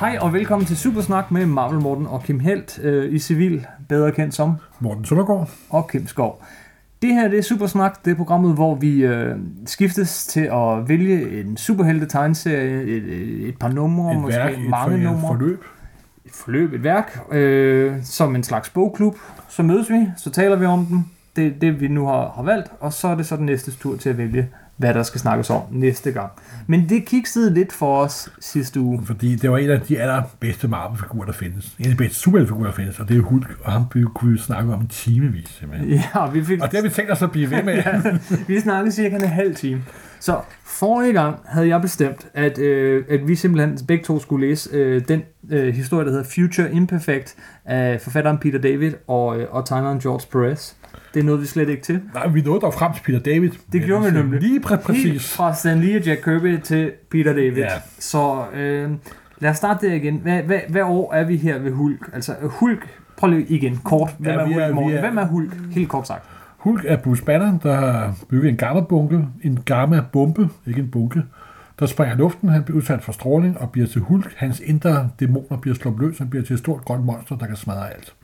Hej og velkommen til Supersnak med Marvel Morten og Kim Helt i civil, bedre kendt som Morten Søndergaard og Kim Skov. Det her det er Supersnak, det er programmet, hvor vi skiftes til at vælge en superhelte tegneserie, et par numre, måske værk, mange numre. Et forløb, et værk, som en slags bogklub. Så mødes vi, så taler vi om den. Det er det, vi nu har valgt, og så er det så den næste tur til at vælge, hvad der skal snakkes om næste gang. Men det kiksede lidt for os sidste uge. Fordi det var en af de allerbedste Marvel-figurer, der findes. En af de bedste superheltefigurer, der findes, og det er Hulk, og ham kunne vi snakke om timevis, simpelthen. Ja, og det har vi tænkt os at blive ved med. Ja, vi snakkede cirka en halv time. Så forrige gang havde jeg bestemt, at vi simpelthen begge to skulle læse den historie, der hedder Future Imperfect af forfatteren Peter David og tegneren George Perez. Det nåede vi slet ikke til. Nej, vi nåede dog frem til Peter David. Det gjorde vi nemlig. Lige præcis. Helt fra Stan Lee og Jack Kirby til Peter David. Ja. Så lad os starte der igen. Hvad år er vi her ved Hulk? Altså Hulk, prøv lige igen kort. Hvem Hvem er Hulk? Helt kort sagt. Hulk er Bruce Banner, der har bygget en gamma-bombe, ikke en bunke, der springer i luften. Han bliver udsat for stråling og bliver til Hulk. Hans indre dæmoner bliver sluppet løs. Han bliver til et stort grønt monster, der kan smadre alt.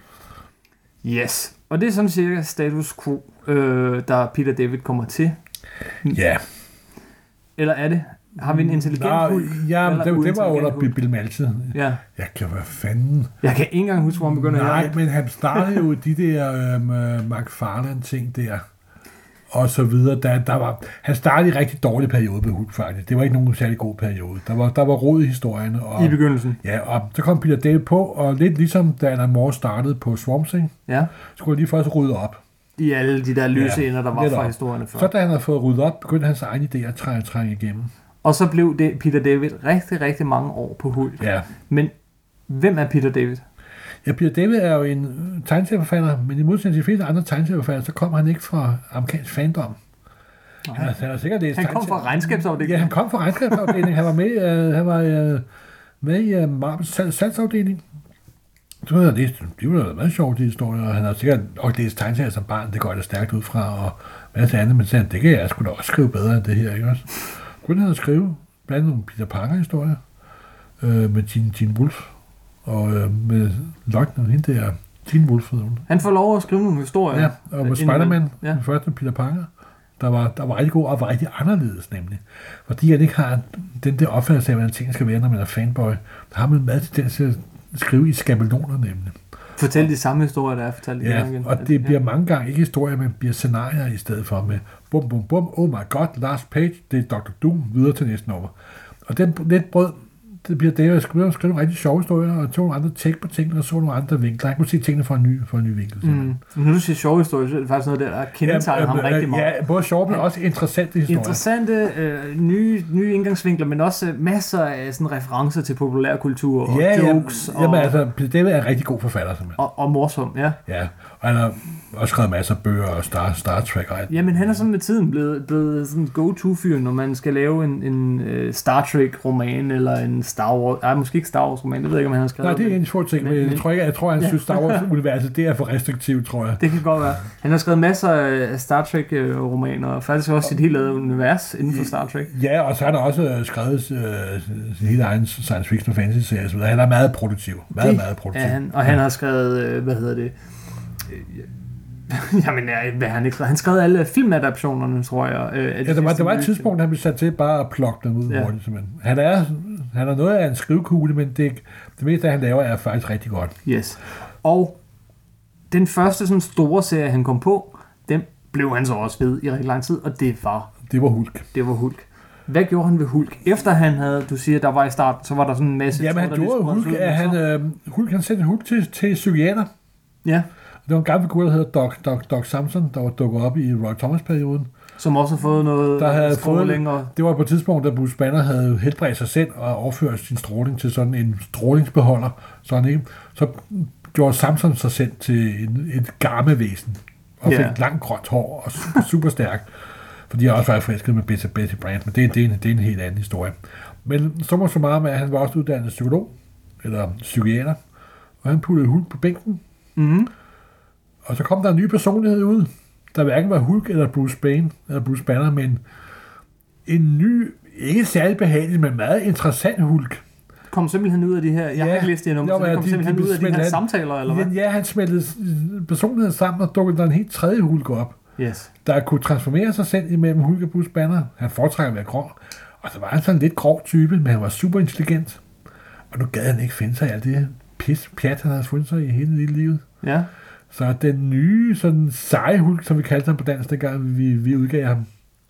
Yes. Og det er sådan cirka status quo, der Peter David kommer til. Ja. Eller er det? Har vi en intelligent Hulk? Ja, det var under Bill Maltz. Ja. Jeg kan hvad fanden. Jeg kan ikke engang huske, hvor han begynder at Nej, men han startede jo de der McFarlane-ting der. Og så videre. Han startede i en rigtig dårlig periode med Hulk, faktisk. Det var ikke nogen særlig god periode. Der var rod i historien. Og, i begyndelsen. Ja, og så kom Peter David på, og lidt ligesom da Alan Moore startede på Swamp Thing, skulle lige først rydde op. I alle de der løse ender, der var fra historierne før. Så da han havde fået ryddet op, begyndte hans egen idé at trænge igennem. Og så blev det Peter David rigtig, rigtig mange år på Hulk. Ja. Men hvem er Peter David? Ja, Peter David er jo en tegneserieforfatter, men i modsætning til de fleste andre tegneserieforfattere, så kom han ikke fra amerikansk fandom. Han kom fra regnskabsafdelingen. Ja, han kom fra regnskabsafdelingen. Han var med i Marvels salgsafdeling. Så havde jeg læst, det var meget sjovt, de historier, og han har sikkert også læst tegneserier som barn, det går jeg da stærkt ud fra, og hvad andet, men sagde, det kan jeg sgu da også skrive bedre end det her, ikke også? Kunne han skrive blandt nogle Peter Parker-historier, med Teen Wolf, og med løgnen, hende der, Teen Wolf. Han får lov at skrive nogle historier. Ja, og med Spider-Man, den første Peter Parker, der var rigtig god og var rigtig anderledes, nemlig. Fordi han ikke har den der opfattelse af, hvordan tingene skal være, når man er fanboy, der har man meget tendens til at skrive i skabeloner, nemlig. Fortæl de samme historier, der er fortalt igen. Ja, og det bliver mange gange ikke historier, men bliver scenarier i stedet for med bum, bum, bum, oh my god, last page, det er Dr. Doom, videre til næsten over. Og den lidt brød, det bliver det, at skrive nogle rigtig sjove historier, og tog nogle andre take på tingene, og så nogle andre vinkler. Jeg kunne se tingene fra en ny vinkel. Når du siger sjove historier, så er det faktisk noget, der kendetegner ham rigtig meget. Ja, både sjove, men også interessante historier. Interessante, nye indgangsvinkler, men også masser af sådan referencer til populærkultur og jokes. Jamen altså, det er en rigtig god forfatter, simpelthen. Og morsom, ja. Ja, og han har også skrevet masser af bøger og Star Trek og alt. Jamen, han er sådan med tiden blevet sådan go-to-fyr, når man skal lave en Star Trek-roman, eller en Star Wars, måske ikke Star Wars-roman, det ved jeg ikke, om han har skrevet. Nej, det er en svår ting, men jeg tror, han synes, Star Wars-universet, det er for restriktivt, tror jeg. Det kan godt være. Han har skrevet masser af Star Trek-romaner, og faktisk også sit helt eget univers inden for Star Trek. Ja, og så har han også skrevet sin helt egen science fiction og fantasy-serie, så han er meget produktiv. Meget produktiv. Og han har skrevet, jamen, hvad han ikke skrevet? Han skrev alle filmadaptionerne, tror jeg. Ja, der var et tidspunkt, han blev sat til bare at plukke dem ud hurtigt, simpelthen. Han er noget af en skrivekugle, men det meste, han laver, er faktisk rigtig godt. Yes. Og den første sådan store serie, han kom på, den blev han så også ved i rigtig lang tid, og det var Hulk. Det var Hulk. Hvad gjorde han ved Hulk? Efter han havde, du siger, der var i starten, så var der sådan en masse... Jamen, han gjorde Hulk, han sendte Hulk til psykiater. Ja. Det var en gammel figur, der hedder Doc Samson, der var dukket op i Roy Thomas-perioden. Som også har fået noget stråling. Det var på et tidspunkt, da Bruce Banner havde helbredt sig selv og overført sin stråling til sådan en strålingsbeholder. Så gjorde Samson sig selv til et gammevæsen. Og fik langt gråt hår og super stærk. Fordi jeg også var forelsket med Betty Brant, men det er en helt anden historie. Men så må så meget med, at han var også uddannet psykolog, eller psykiater, og han puttede Hulk på bænken. Mm-hmm. Og så kom der en ny personlighed ud, der hverken var Hulk eller Bruce Banner, men en ny, ikke særlig behagelig, men meget interessant Hulk. kom simpelthen ud af de her... Jeg har ikke læst det endnu, så det kom simpelthen ud af de her samtaler, eller hvad? Ja, han smeltede personligheden sammen og dukkede der en helt tredje Hulk op. Yes. Der kunne transformere sig selv imellem Hulk og Bruce Banner. Han foretrækker at være grå. Og så var han sådan en lidt grov type, men han var super intelligent. Og nu gad han ikke finde sig i alt det pjat, han havde fundet sig i hele livet. Ja. Så den nye, sådan seje Hulk, som vi kaldte ham på dansk, dengang vi udgav ham.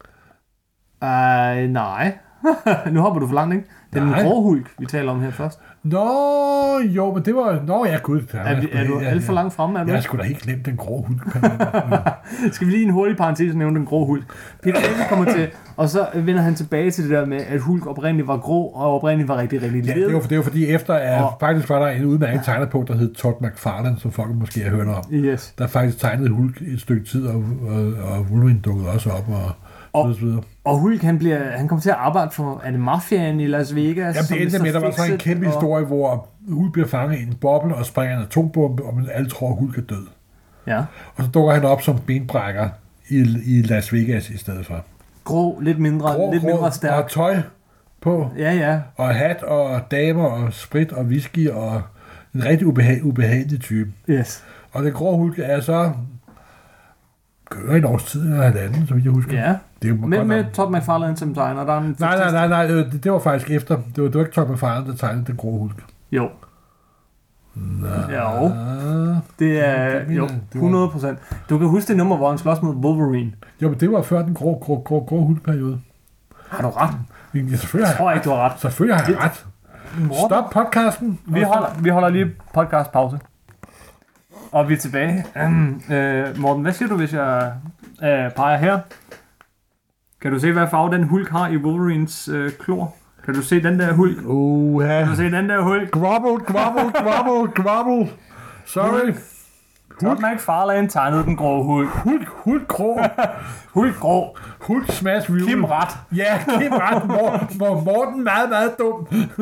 Nej. Nu hopper du for langt, ikke? Det er den grå Hulk, vi taler om her først. Nå, jo, men det var... Nå, ja, gud. Er du alt for langt fremme? Jeg skulle da helt glemt den grå Hulk. Skal vi lige en hurtig parentes nævne den grå Hulk? Peter David kommer til, og så vender han tilbage til det der med, at Hulk oprindeligt var grå, og oprindeligt var rigtig, rigtig led. Ja, det var fordi efter, at faktisk var der en udmærket tegner på, der hed Todd McFarlane, som folk måske har hørt om. Yes. Der faktisk tegnede Hulk et stykke tid, og Wolverine dukkede også op, og Hulk, han kommer til at arbejde for, er det mafiaen i Las Vegas? Jamen, det endte med, der var sådan en kæmpe historie, hvor Hulk bliver fanget i en boble og springer en atombombe, og alle tror, at Hulk er død. Ja. Og så dukker han op som benbrækker i Las Vegas i stedet for. Grå, lidt mindre stærk. Og tøj på. Ja. Og hat og damer og sprit og whisky og en rigtig ubehagelig type. Yes. Og den grå Hulk er så kører en års tid eller halvanden, så vidt jeg husker. Ja. Med Todd McFarlane som tegner. Nej, det var faktisk efter. Det var ikke Todd McFarlane, der tegnede den grå Hulk. Jo. Jo. Det er jo 100%. Du kan huske det nummer, hvor han slås mod Wolverine. Jo, men det var før den grå Hulk-periode. Har du ret? Jeg tror ikke, du har ret. Selvfølgelig har jeg ret. Stop podcasten. Vi holder lige podcastpause. Og vi er tilbage. Morten, hvad siger du, hvis jeg peger her? Kan du se, hvad farve den Hulk har i Wolverines klor? Kan du se den der Hulk? Kan du se den der Hulk? Grobble. Sorry. Todd McFarlane tegnede den grå Hulk. Hulk grå. Hulk grå. Hulk smash review. Kim ret. Ja, Kim ret. Morten meget, meget dum.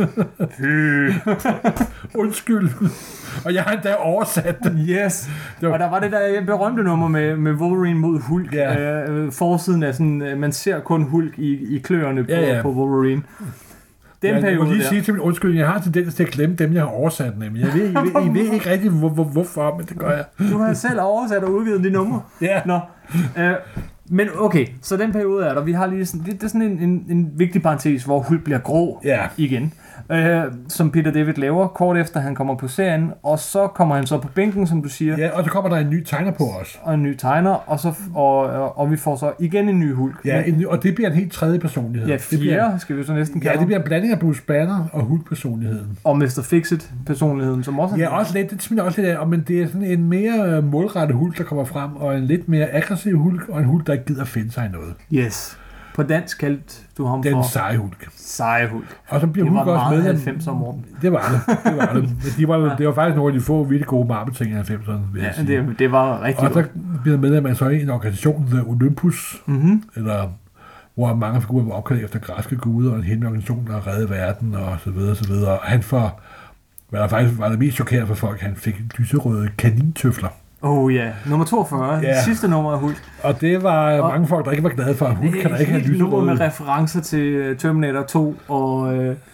Undskyld. Og jeg har endda oversat den. Yes. Og der var det der berømte nummer med Wolverine mod Hulk. Ja. Forsiden er sådan, man ser kun Hulk i kløerne på Wolverine. Den periode jeg må lige sige til min undskyldning, jeg har tendens til at glemme dem, jeg har oversat nemlig. Jeg ved ikke rigtig, hvorfor, men det gør jeg. Du har selv oversat og udgivet de numre. Ja. Nå. Men okay, så den periode er der. Vi har lige sådan, det er sådan en vigtig parentes, hvor Hulk bliver grå igen. Som Peter David laver, kort efter han kommer på serien, og så kommer han så på bænken, som du siger. Ja, og så kommer der en ny tegner på os. Og en ny tegner, og vi får så igen en ny Hulk. Ja, og det bliver en helt tredje personlighed. Ja, fjerde skal vi så næsten kalde. Ja, det bliver en blanding af Bruce Banner og Hulk-personligheden. Og Mr. Fix-It-personligheden, som også ja, også lidt, det smiler også lidt af, men det er sådan en mere målrettet Hulk, der kommer frem, og en lidt mere aggressiv Hulk, og en Hulk, der ikke gider finde sig i noget. Yes. På dansk kaldte du ham den seje Hulk. Seje Hulk. Og så bliver Hulk også med. 90'er, Morten. Det var det. Det var faktisk nogle af de få virkelig gode Marvel-ting i 90'erne. Ja, det var rigtig godt. Og så bliver med, at man så i en organisation, der Olympus, eller hvor mange figurer var opkaldt efter græske guder, og en hemmelig organisation, der reddede verden, og så videre, så videre. Og han hvad der faktisk var det mest chokerende for folk, han fik lyserøde kanintøfler. Nummer 42, sidste nummer af Hulk. Og det var mange folk, der ikke var glade for, at Hulk kan der ikke have lyserøde. Nummer med referencer til Terminator 2, og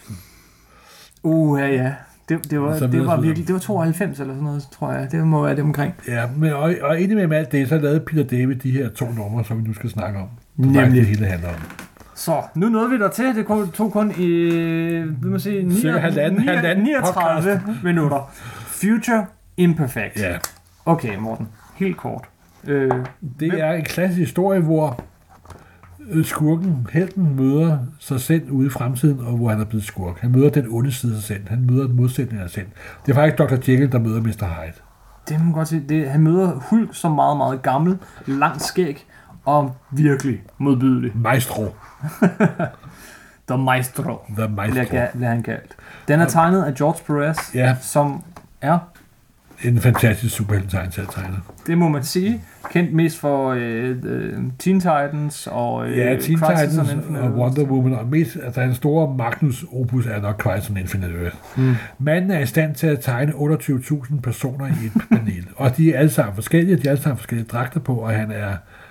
det var virkelig, det var 92 eller sådan noget, tror jeg. Det må være det omkring. Ja, men og indimellem alt det, så lavede Peter David de her 2 numre, som vi nu skal snakke om. Nemlig. Det hele handler om. Så, nu nåede vi der til. Det tog kun i, vil man sige, 39 minutter. Future Imperfect. Ja. Okay, Morten. Helt kort. Det er en klassisk historie, hvor skurken, helten, møder sig selv ude i fremtiden, og hvor han er blevet skurk. Han møder den onde side af sig selv. Han møder den modsætning af sig selv. Det er faktisk Dr. Jekyll, der møder Mr. Hyde. Det må man godt sige. Han møder Hulk som meget, meget gammel, langt skæg, og virkelig modbydelig. Maestro. The Maestro. Bliver han kaldt. Den er tegnet af George Perez, som er en fantastisk superheltetegner. Det må man sige. Kendt mest for Teen Titans og Teen Titans og Wonder Woman, og mest, altså hans store Magnus Opus er nok Crisis on Infinite Earth. Manden er i stand til at tegne 28.000 personer i et panel, og de er alle sammen forskellige, de har alle sammen forskellige dragter på, og han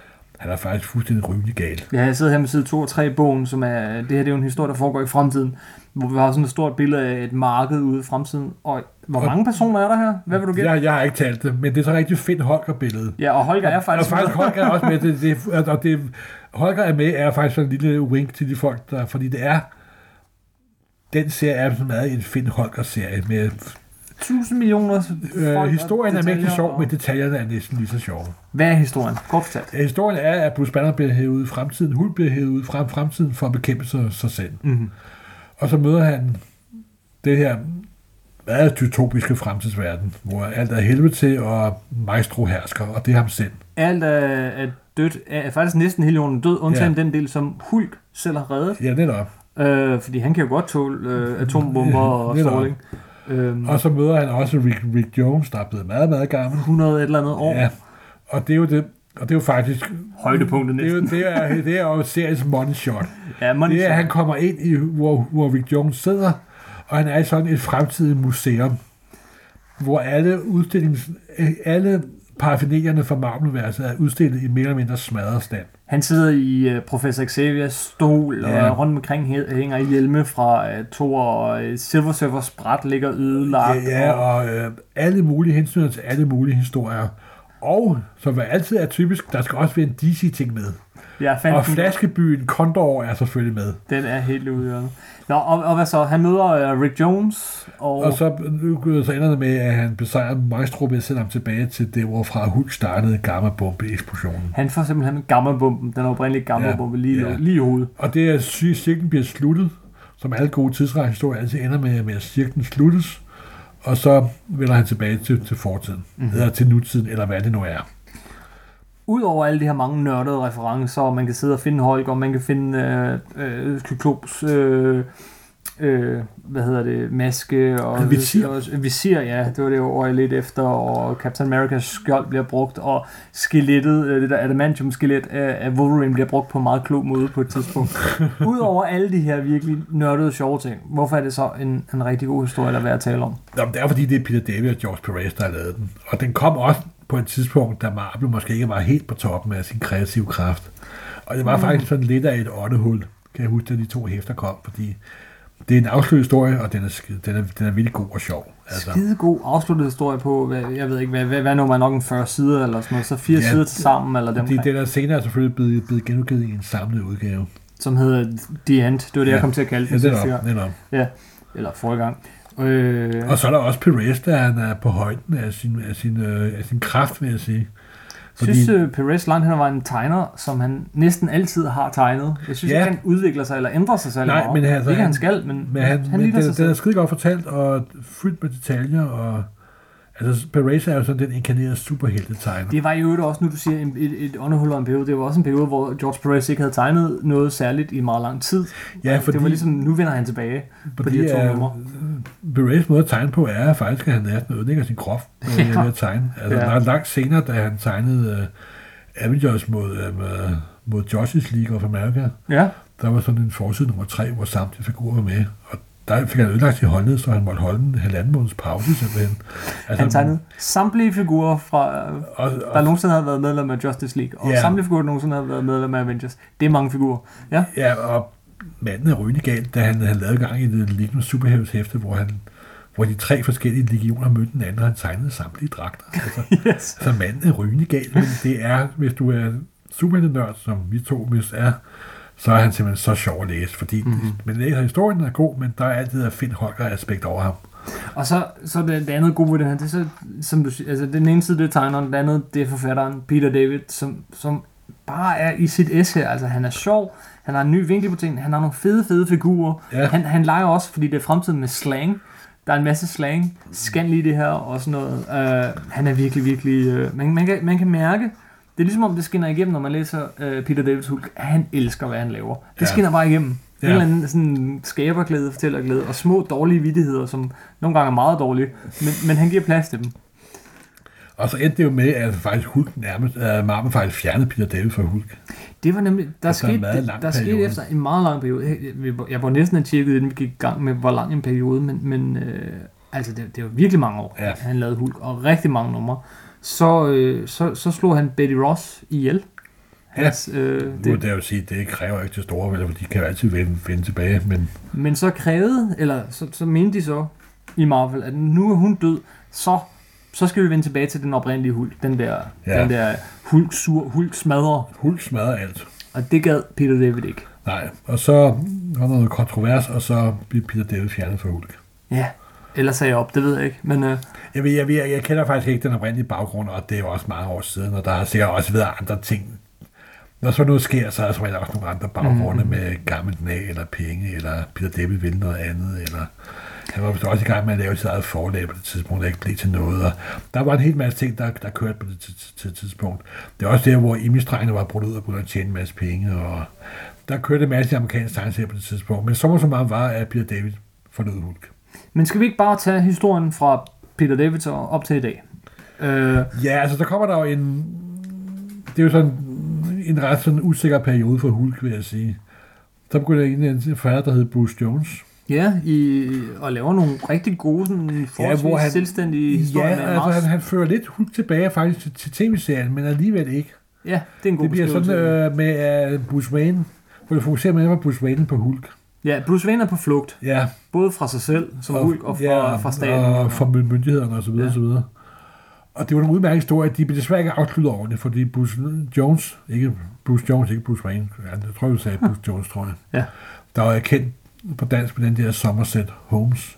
Han er faktisk fuldstændig rygende gal. Ja, jeg sidder her med side 2 og 3 i bogen, som er, det her det er jo en historie, der foregår i fremtiden, hvor vi har sådan et stort billede af et marked ude i fremtiden. Og hvor mange personer er der her? Hvad vil du gætte? Jeg har ikke talt det, men det er så rigtig fedt Holger-billede. Ja, og Holger er faktisk... Og faktisk Holger er også med. Holger er med, er faktisk sådan en lille wink til de folk, der... Fordi det er... Den serie er sådan meget en Finn Holger-serie med... 1000 millioner folk. Historien er mægtig sjov, men detaljerne er næsten lige så sjove. Hvad er historien? Kort fortalt. Historien er, at Bruce Banner bliver hævet ud i fremtiden. Hulk bliver hævet ud i fremtiden for at bekæmpe sig selv. Mm-hmm. Og så møder han det her meget dystopiske fremtidsverden, hvor alt er helvede til, og Maestro hersker, og det er ham selv. Alt er dødt. Er faktisk næsten hele jorden død, undtagen den del, som Hulk selv har reddet. Ja, netop. Fordi han kan jo godt tåle atombomber og stråling. Og så møder han også Rick Jones, der er blevet meget, meget gammel. 100 et eller andet år. Ja, og det er jo det. Og det er jo faktisk... Højdepunktet næsten. Det er jo seriens money shot. Ja, money det er, shot. at han kommer ind i, hvor Rick Jones sidder, og han er i sådan et fremtidigt museum, hvor alle paraffinerierne fra Marvel-universet er udstillet i mere eller mindre smadret stand. Han sidder i Professor Xaviers stol, og rundt omkring hænger i hjelme fra Thor, og Silver Surfers bræt ligger ødelagt. Ja, og alle mulige hensyn til alle mulige historier. Og, som altid er typisk, der skal også være en DC-ting med. Og flaskebyen Condor er selvfølgelig med. Den er helt ude. Nå, og hvad så? Han møder Rick Jones. Og så ender det med, at han besejrer Maestro ved at sende ham tilbage til det, hvorfra Hulk startede Gamma-bombe-eksplosionen. Han får simpelthen Gamma-bomben, den oprindelige Gamma-bombe, lige i hovedet. Og det er, at cirklen bliver sluttet, som alle gode tidsrejsehistorier altid ender med, at cirklen sluttes, og så vender han tilbage til fortiden, eller til nutiden, eller hvad det nu er. Udover alle de her mange nørdede referencer, og man kan sidde og finde Hulk, og man kan finde Cyklops, maske og visir, ja, det var det ord jeg lidt efter, og Captain America's skjold bliver brugt, og skelettet, det der adamantium-skelet af Wolverine bliver brugt på en meget klog måde på et tidspunkt. Udover alle de her virkelig nørdede sjove ting, hvorfor er det så en rigtig god historie, der er værd at tale om? Jamen, det er fordi, det er Peter David og George Perez, der har lavet den, og den kom også på et tidspunkt, da Marvel måske ikke var helt på toppen af sin kreative kraft. Og det var faktisk sådan lidt af et åndehul, kan jeg huske, da de 2 hæfter kom, fordi det er en afsluttet historie, og den er virkelig god og sjov. Altså. Skide god afsluttet historie på, jeg ved ikke, hvad nu man nok en 40 sider, eller sådan noget, så 4 sider til sammen, eller dem. Den er senere selvfølgelig blevet genudgivet i en samlet udgave. Som hedder The End, det var det, jeg kom til at kalde den. Ja, det er ja, eller forrige gang. Og så er der også Perez, der han er på højden af sin kraft, vil jeg sige. Jeg synes, Perez langt hen var en tegner, som han næsten altid har tegnet. Jeg synes ikke, han udvikler sig eller ændrer sig særlig meget. Men altså, ikke han skal, men han ligner sig selv. Den er skide godt fortalt og fyldt med detaljer, og altså Perez er jo sådan den inkarnerede superheltetegner. Det var jo også, nu du siger, et underhul af en periode. Det var også en periode, hvor George Perez ikke havde tegnet noget særligt i meget lang tid. Ja, fordi, det var ligesom, nu vender han tilbage på de her 2 numre. Perez måde at tegne på er faktisk, at han næsten ødelægger sin krop ved at tegne. Altså langt senere, da han tegnede Avengers mod Justice League of America, der var sådan en forside nummer 3, hvor samtlige figurer var med, og der fik han ødelagt sin håndled, så han måtte holde en 1,5 måneds pause simpelthen. Altså, han tegnede samtlige figurer fra, der nogensinde havde været medlem af Justice League, og samtlige figurer, der nogensinde havde været medlem af Avengers. Det er mange figurer. Ja, og manden er rygende galt, da han lavede gang i det lignende superhæveshæfte, hvor de 3 forskellige legioner mødte den anden, og han tegnede samtlige dragter. Altså, så manden er rygende galt, men det er, hvis du er superheltenørd, som vi 2 er, så er han simpelthen så sjov at læse, fordi historien er god, men der er altid et Finn Holger-aspekt over ham. Og så det andet gode ved det her, det er så, som du siger, altså den ene side det er tegneren, den anden det er forfatteren, Peter David, som bare er i sit esse her, altså han er sjov, han har en ny vinkel på tingene, han har nogle fede figurer, han leger også, fordi det er fremtiden med slang, der er en masse slang, scan lige det her, og sådan noget, han er virkelig, man kan mærke, det er ligesom om det skinner igennem, når man læser Peter Davids Hulk, at han elsker, hvad han laver. Det skinner bare igennem. En eller anden sådan skaberglæde, fortællerglæde, og små dårlige vittigheder, som nogle gange er meget dårlige, men han giver plads til dem. Og så endte det jo med, at faktisk Hulk nærmest, Marvel faktisk fjernede Peter David fra Hulk. Det var nemlig, der skete efter en meget lang periode. Jeg var næsten at tjekke, inden vi gik i gang med, hvor lang en periode, men altså det var virkelig mange år, han lavede Hulk, og rigtig mange numre. Så slog han Betty Ross ihjel. Hans, det er jo sige, det kræver ikke det store, for de kan jo altid vende tilbage. Men så krævede, eller så mente de så i Marvel, at nu er hun død, så skal vi vende tilbage til den oprindelige Hulk. Den der Hulk smadrer. Hulk smadrer alt. Og det gad Peter David ikke. Nej, og så var noget kontrovers, og så blev Peter David fjernet fra Hulk. Ja, eller sagde jeg op, det ved jeg ikke. Men, jeg kender faktisk ikke den oprindelige baggrund, og det er jo også mange år siden, og der har sikkert også været andre ting. Når så noget sker, så er der også nogle andre baggrunde med gammelt næ, eller penge, eller Peter David vil noget andet, eller han var også i gang med at lave sit eget forlag på det tidspunkt, der ikke blev til noget, og der var en hel masse ting, der kørte på det tidspunkt. Det er også der, hvor Image-drengene var brudt ud og begyndte at tjene en masse penge, og der kørte en masse amerikanske tegneserier på det tidspunkt, men så meget var, at Peter David forlod Hulk. Men skal vi ikke bare tage historien fra Peter David op til i dag? Ja, altså der kommer der jo det er jo sådan en ret sådan usikker periode for Hulk, vil jeg sige. Så begynder en forfatter, der hedder Bruce Jones. Ja, og laver nogle rigtig gode, sådan forholdsvis selvstændige historier. Ja, altså han fører lidt Hulk tilbage faktisk til tv-serien, men alligevel ikke. Ja, det er en god beskrivelse. Det bliver sådan med Bruce Wayne, hvor det fokuserer mere på Bruce Wayne på Hulk. Ja, Bruce Wayne er på flugt. Ja. Både fra sig selv som Hulk og fra staten. Og fra myndighederne og så videre, og så videre. Og det var en udmærket historie, at de blev desværre ikke afsluttet ordentligt, fordi Bruce Wayne, jeg tror, du sagde Bruce Jones, tror jeg. Ja. Der var kendt på dansk med den der Somerset Holmes,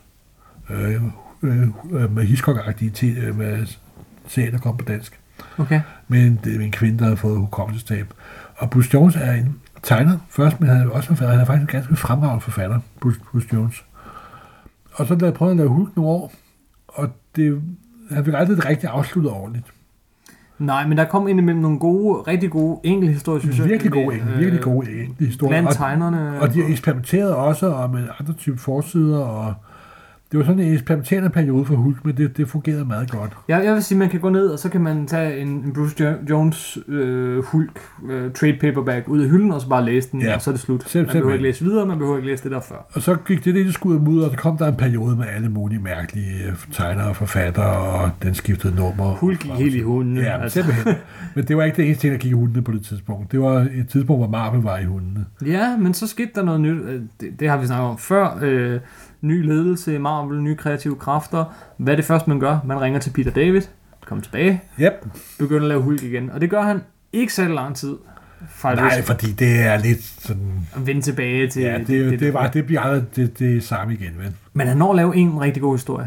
med Hitchcock-agtige serier, der kom på dansk. Okay. Men det er en kvinde, der havde fået hukommelsestab. Og Bruce Jones er en tegner først, men han er også forfatter. Han er faktisk en ganske fremragende forfatter, Bruce Jones. Og så prøvede han at lave Hulk nogle år, og han fik aldrig det rigtig afsluttet ordentligt. Nej, men der kom indimellem nogle rigtig gode enkelte historier, synes jeg. Virkelig gode enkelte historier. Blandt tegnerne. Og de har eksperimenteret også og med andre typer forsider, og det var sådan en eksperimenterende periode for Hulk, men det fungerede meget godt. Jeg vil sige, at man kan gå ned, og så kan man tage en Bruce Jones Hulk trade paperback ud af hylden, og så bare læse den, og så er det slut. Man behøver ikke læse videre, man behøver ikke læse det der før. Og så gik det skud ud, og så kom der en periode med alle mulige mærkelige tegnere og forfattere, og den skiftede nummer. Hulk gik helt i hundene. Ja, altså. Simpelthen. Men det var ikke det eneste ting, der gik i hundene på det tidspunkt. Det var et tidspunkt, hvor Marvel var i hundene. Ja, men så skete der noget nyt. Det har vi snakket om før. Ny ledelse i Marvel, nye kreative kræfter. Hvad er det første, man gør? Man ringer til Peter David, kommer tilbage, begynder at lave Hulk igen. Og det gør han ikke så lang tid. Nej, fordi det er lidt sådan... At vende tilbage til... Ja, det bliver aldrig det samme igen, vel? Men han når at lave en rigtig god historie,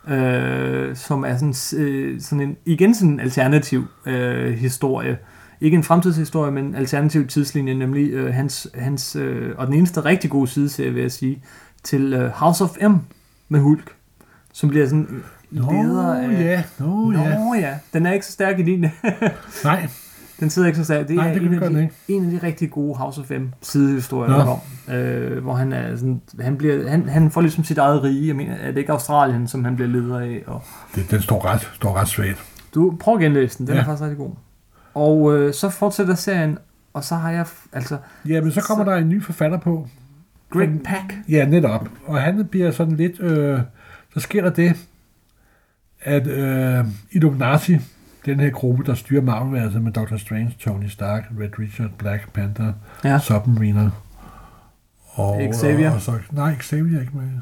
som er sådan en alternativ historie. Ikke en fremtidshistorie, men en alternativ tidslinje, nemlig hans og den eneste rigtig gode sideserie, vil jeg sige, til House of M med Hulk, som bliver sådan leder af... Ja. Den er ikke så stærk i din. Nej. Den sidder ikke så stærk. Det er en af de rigtig gode House of M sidehistorier, der kom, hvor han er sådan, han får ligesom sit eget rige. Jeg mener, er det ikke Australien, som han bliver leder af? Og den står ret svagt. Du prøv at genlæse den. Den er faktisk rigtig god. Og så fortsætter serien, og så har jeg altså... Ja, men så kommer der en ny forfatter på. Greg Pak. Ja, netop. Og han bliver sådan lidt... så sker der det, at Illuminati, den her gruppe, der styrer Marvel-værelset med Dr. Strange, Tony Stark, Red Richard, Black Panther, Submariner og Xavier. Xavier ikke med.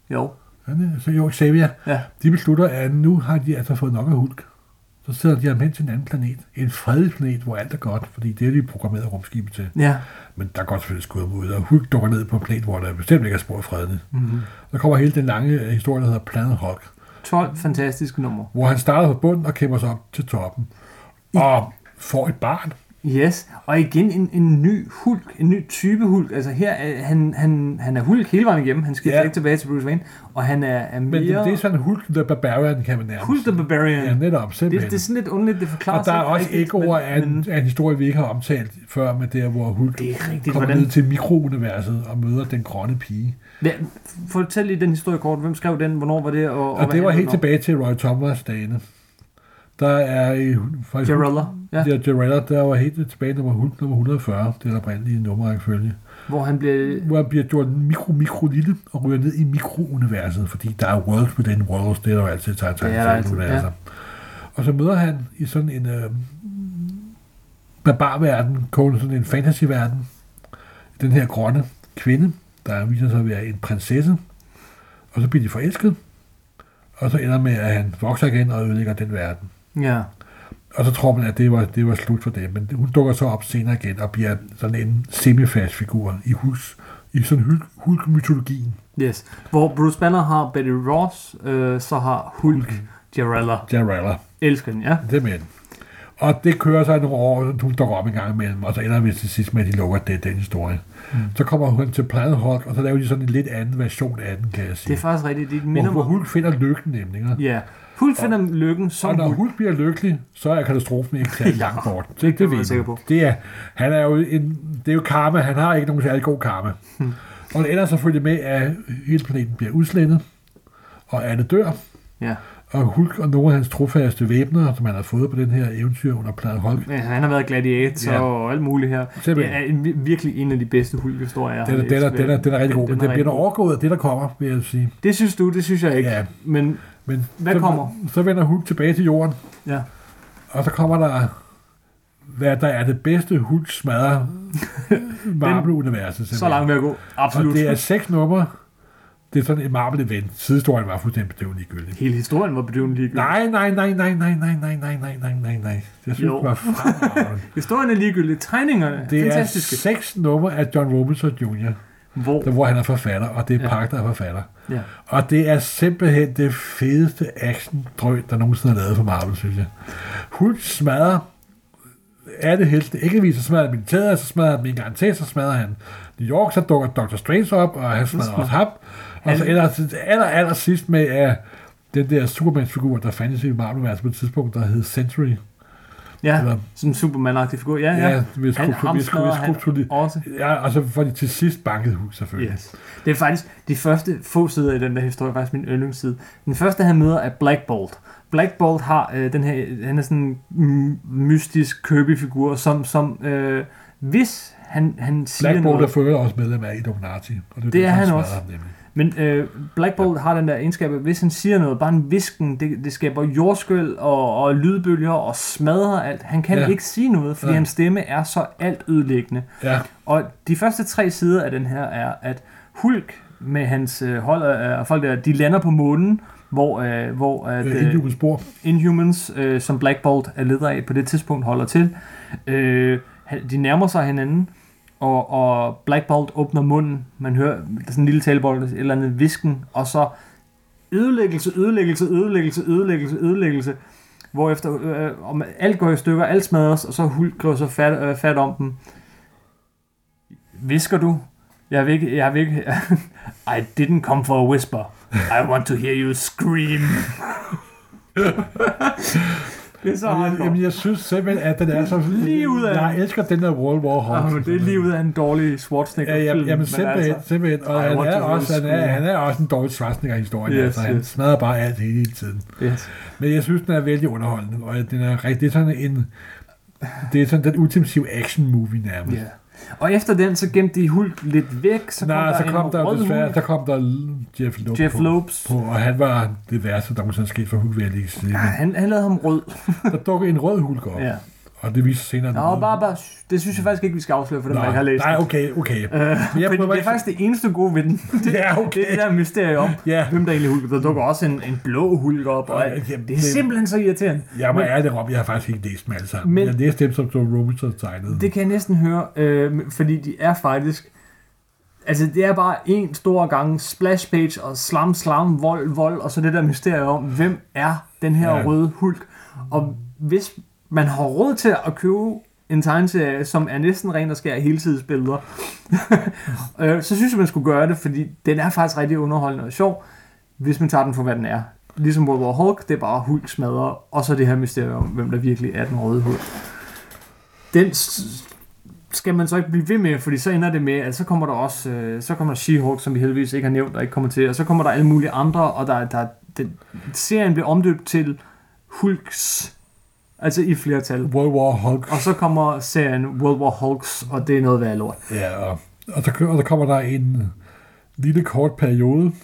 Jo. Xavier. Ja. De beslutter, at nu har de altså fået nok af Hulk. Så sidder de ham hen til en anden planet. En fredelig planet, hvor alt er godt, fordi det er de programmerede rumskibet til. Ja. Men der er godt selvfølgelig skud ud, og Hulk dukker ned på en planet, hvor der bestemt ikke er spor fredeligt. Mm-hmm. Så kommer hele den lange historie, der hedder Planet Hulk. 12 fantastiske numre. Hvor han starter på bunden og kæmper sig op til toppen. Og får et barn. Yes, og igen en ny Hulk, en ny type Hulk. Altså her er han er Hulk hele vejen igennem. Han skifter ikke tilbage til Bruce Wayne, og han er mere... Men det er sådan Hulk the Barbarian, kan man nærmest. Hulk the Barbarian. Ja, netop, simpelthen. Det er sådan lidt underligt, det forklarer. Og der er også ekoer af en historie, vi ikke har omtalt før, med der, hvor Hulk kommer ned til mikrouniverset og møder den grønne pige. Ja, fortæl lige den historie kort. Hvem skrev den? Hvornår var det? Og det var helt tilbage til Roy Thomas dagene. Der er Jarella, der var helt tilbage nummer 140, det er oprindelige nummer ifølge. Hvor han bliver gjort mikro lille og ryger ned i mikrouniverset, fordi der er worlds within worlds, det er der jo altid taget universer. Og så møder han i sådan en barbarverden, sådan en fantasyverden. Den her grønne kvinde, der viser sig at være en prinsesse, og så bliver de forelsket, og så ender med, at han vokser igen og ødelægger den verden. Ja. Og så tror man, at det var slut for dem, men hun dukker så op senere igen og bliver sådan en semifast figur i sådan Hulk-mytologien. Yes. Hvor Bruce Banner har Betty Ross, så har Hulk Jarella. Elsker den, ja. Det med den. Og det kører så nogle år, hun dukker op en gang imellem, og så ender vi til sidst med, at de lukker den historie. Så kommer hun til Planet Hulk, og så laver de sådan en lidt anden version af den, kan jeg sige. Det er faktisk rigtigt. Hvor Hulk finder lykken nemlig. Ja. Hulk finder lykken som og når Hulk bliver lykkelig, så er katastrofen ikke særlig langt bort. Det ved jeg på. Det er jo karma. Han har ikke nogen særlig god karma. Og det ender selvfølgelig med, at hele planeten bliver udslettet, og alle dør. Ja. Og Hulk og nogle af hans trofaste væbnere, som han har fået på den her eventyr under Planet Hulk. Ja, han har været gladiator og alt muligt her. Det er virkelig en af de bedste Hulk-historier. Den er rigtig god, men den bliver overgået af det, der kommer, vil jeg sige. Det synes du, det synes jeg ikke. Ja. Men hvad kommer? Så vender Hulk tilbage til jorden. Ja. Og så kommer der, hvad der er det bedste Hulk smadrer Marvel-universet. Så langt vil jeg gå. Absolut. Og det er 6 numre. Det er sådan et Marvel-event. Sidehistorien var fuldstændig bedøvende ligegyldig. Hele historien var bedøvende ligegyldig? Nej. Jeg synes, det var fremragende. Historien er ligegyldig. Tegningerne det fantastiske. Det er 6 numre af John Robinson Jr., hvor han er forfatter, og det er Park, der er forfatter. Ja. Og det er simpelthen det fedeste action-drøg, der nogensinde har lavet for Marvel, synes jeg. Hulk smadrer alle helte. Ikke viser smadrer militæret, så smadrer han en gang til, så smadrer han New York, så dukker Dr. Strange op, og han smadrer også ham. Og så aller sidst med den der Superman-figur, der fandtes i Marvel på et tidspunkt, der hed Century. Ja, som Superman-agtig figur. Ja. Hvis også. Ja, og så får de til sidst banket Hulk, selvfølgelig. Yes. Det er faktisk de første få sider i den der historie, faktisk min yndlingsside. Den første, han møder, er Black Bolt. Black Bolt har den her, han er sådan en mystisk Kirby-figur, som hvis han siger Black Bolt er for også medlem af Illuminati. Og det er han også. Men Black Bolt har den der egenskab, at hvis han siger noget, bare en visken, det skaber jordskælv og lydbølger og smadrer alt. Han kan ikke sige noget, fordi hans stemme er så alt ødelæggende. Ja. Og de første 3 sider af den her er, at Hulk med hans hold af folk der, de lander på månen, hvor Inhumans, som Black Bolt er leder af på det tidspunkt, holder til. De nærmer sig hinanden, og Black Bolt åbner munden. Man hører sådan en lille talebold, et eller andet visken, og så ødelæggelse, hvorefter alt går i stykker, alt smadres, og så Hulk går så fat om dem. Visker du? Jeg vil ikke. I didn't come for a whisper. I want to hear you scream. Det er så jamen, jeg synes simpelthen, at den er så... Lige ud af... Jeg elsker den der World War Hulk. Det er lige ud af en dårlig Schwarzenegger-film. Jamen simpelthen. Og han er også en dårlig Schwarzenegger-historie. Yes, altså, han smadrer bare alt hele tiden. Yes. Men jeg synes, den er vældig underholdende. Og den er rigtig... Det er sådan den ultimative action-movie nærmest. Yeah. Og efter den, så gemte de Hulk lidt væk. Så kom der Jeff Lopes på, og han var det værste, der måske skete for Hulk, vil jeg lige sige. Ja, han lavede ham rød. Der dukkede en rød Hulk op. Ja. Og det viser senere... Bare, det synes jeg faktisk ikke, vi skal afsløre, for dem, der ikke har læst. Nej, okay. Det er faktisk det eneste gode ved den. Det er det der mysterie om, hvem der egentlig Hulk. Der dukker også en blå Hulk op, og det er simpelthen så irriterende. Jeg må ærligt om, jeg har faktisk ikke læst dem alle sammen. Jeg læste dem, som Robinson tegnede. Det kan jeg næsten høre, fordi de er faktisk... Altså, det er bare en stor gang splash page og slam, vold, og så det der mysterie om, hvem er den her røde Hulk. Og hvis man har råd til at købe en tegneserie, som er næsten ren og skær heltidsbilleder, så synes jeg, man skulle gøre det, fordi den er faktisk rigtig underholdende og sjov, hvis man tager den for, hvad den er. Ligesom World War Hulk, det er bare Hulk smadrer, og så det her mysterium om, hvem der virkelig er den røde Hulk. Den skal man så ikke blive ved med, fordi så ender det med, at så kommer der også She-Hulk, som vi heldigvis ikke har nævnt, og ikke kommer til, og så kommer der alle mulige andre, og serien bliver omdøbt til Hulks, altså i flertal. World War Hulk. Og så kommer serien World War Hulks, og det er noget værd lort. Ja, og så kommer der en lille kort periode,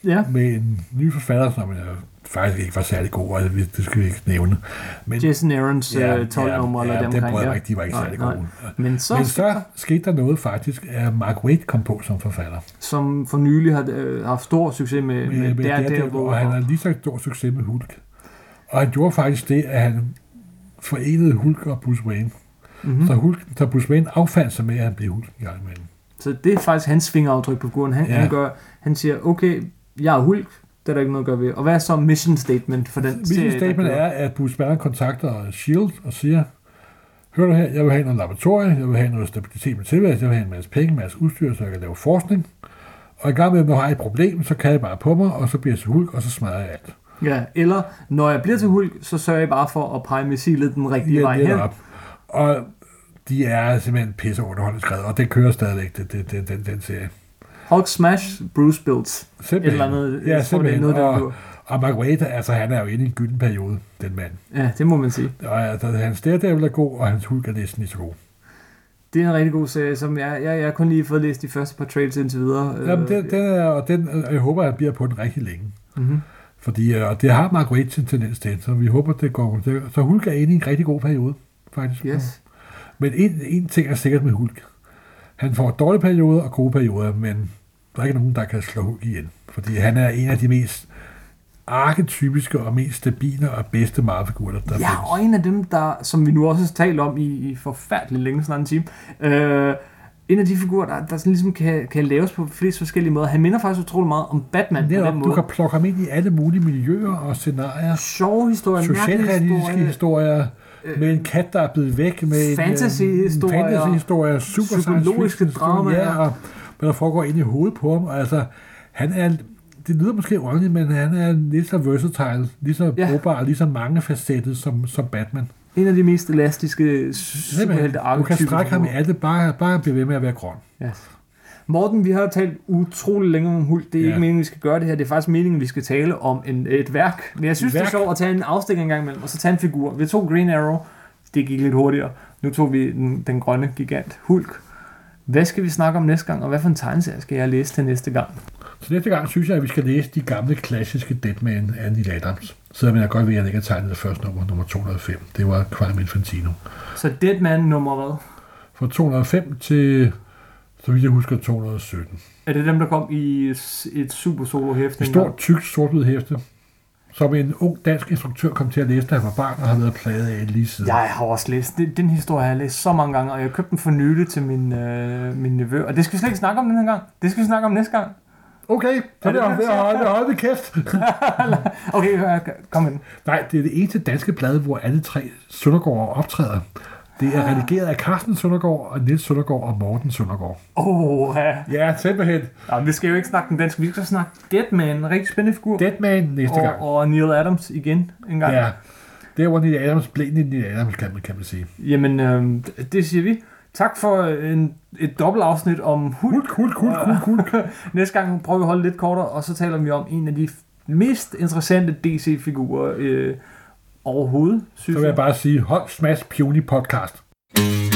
Ja. med en ny forfatter, som faktisk ikke var særlig god, og det skal vi ikke nævne. Men, Jason Aarons 12-nummer eller dem omkring. Ja, de var ikke særlig gode. Men så skete der noget faktisk, at Mark Waid kom på som forfatter. Som for nylig har haft stor succes med Daredevil. Og han har lige så stor succes med Hulk. Og han gjorde faktisk det, at han forenede Hulk og Bruce Wayne. Mm-hmm. Så Bruce Wayne affandt sig med, at han blev Hulk i gang med den. Så det er faktisk hans fingeraftryk på figuren. Han siger, okay, jeg er Hulk, det er der ikke noget at gøre ved. Og hvad er så mission statement for den serie? Mission statement er, at Bruce Banner kontakter S.H.I.E.L.D. og siger, hør du her, jeg vil have noget laboratorie, jeg vil have noget stabilitet med tilværelse, jeg vil have en masse penge, en masse udstyr, så jeg kan lave forskning. Og i gang med, når jeg har et problem, så kan jeg bare på mig, og så bliver jeg til Hulk, og så smadrer jeg alt. Ja, eller når jeg bliver til Hulk, så sørger jeg bare for at pege missilet den rigtige vej hen. Og de er simpelthen pisse underholdende skrevet, og det kører stadigvæk, den serie. Hulk smash, Bruce builds. Simpelthen. Eller noget, ja, simpelthen. Noget, og Mark Waid, altså han er jo inde i en gylden periode, den mand. Ja, det må man sige. Og altså, hans Daredevil er god, og hans Hulk er næsten lige så god. Det er en rigtig god serie, som jeg har kun lige fået læst de første par trails indtil videre. Jamen, jeg håber, at han bliver på den rigtig længe. Mm-hmm. Fordi og det har Mark Waid til en tendens til, så vi håber, det går. Så Hulk er inde i en rigtig god periode, faktisk. Yes. Men en ting er sikkert med Hulk. Han får dårlige perioder og gode perioder, men der er ikke nogen, der kan slå Hulk igen. Fordi han er en af de mest arketypiske og mest stabile og bedste Marvel-figurer, der findes. Ja, og en af dem, der, som vi nu også har talt om i forfærdelig længe, snart en time, en af de figurer, der sådan ligesom kan laves på flest forskellige måder. Han minder faktisk utrolig meget om Batman på den måde. Du kan plukke ham ind i alle mulige miljøer og scenarier. Sjove historier, socialrealistiske historier, med en kat, der er blevet væk, med fantasy-historier, super psykologiske dramaer, ja, og hvad der foregår inde i hovedet på ham. Og altså, han er, det lyder måske ordentligt, men han er lige så versatile, lige så brugbar, lige så mangefacettet som Batman. En af de mest elastiske superhelte arketyper. Du kan strække ham i alt, bare blive ved med at være grøn. Yes. Morten, vi har talt utrolig længe om Hulk. Det er ikke meningen, vi skal gøre det her. Det er faktisk meningen, vi skal tale om et værk. Men jeg synes, det er sjovt at tage en afstik en gang imellem, og så tage en figur. Vi tog Green Arrow. Det gik lidt hurtigere. Nu tog vi den grønne gigant Hulk. Hvad skal vi snakke om næste gang, og hvad for en tegneserie skal jeg læse til næste gang? Så næste gang synes jeg, at vi skal læse de gamle klassiske Deadman af Neil Adams. Så jeg godt ved, at jeg ikke har tegnet det første nummer 205. Det var Crime Infantino. Så Deadman nummer hvad? Fra 205 til, så vidt jeg husker, 217. Er det dem, der kom i et super solo hæfte? Et stort, tykt, sort-hvid hæfte, som en ung dansk instruktør kom til at læse, da han var barn, og har været plaget af lige siden. Jeg har også læst. Den historie har jeg læst så mange gange, og jeg købte den for nylig til min nevø. Og det skal vi slet ikke snakke om den her gang. Det skal vi snakke om næste gang. Okay, så det er holde kæft. Okay, kom med den. Nej, det er det eneste danske blad, hvor alle tre Søndergaard optræder. Det er redigeret af Carsten Søndergaard, og Niels Søndergaard og Morten Søndergaard. Ja, simpelthen. Ja, vi skal jo ikke snakke den danske, vi skal snakke Deadman, en rigtig spændende figur. Deadman næste gang. Og Neil Adams igen en gang. Ja, det var Neil Adams, blev Neil Adams, kan man sige. Jamen, det siger vi. Tak for et dobbeltafsnit om Hulk. Næste gang prøver vi at holde lidt kortere, og så taler vi om en af de mest interessante DC-figurer overhovedet. Så vil jeg bare sige, hold smash Pony podcast.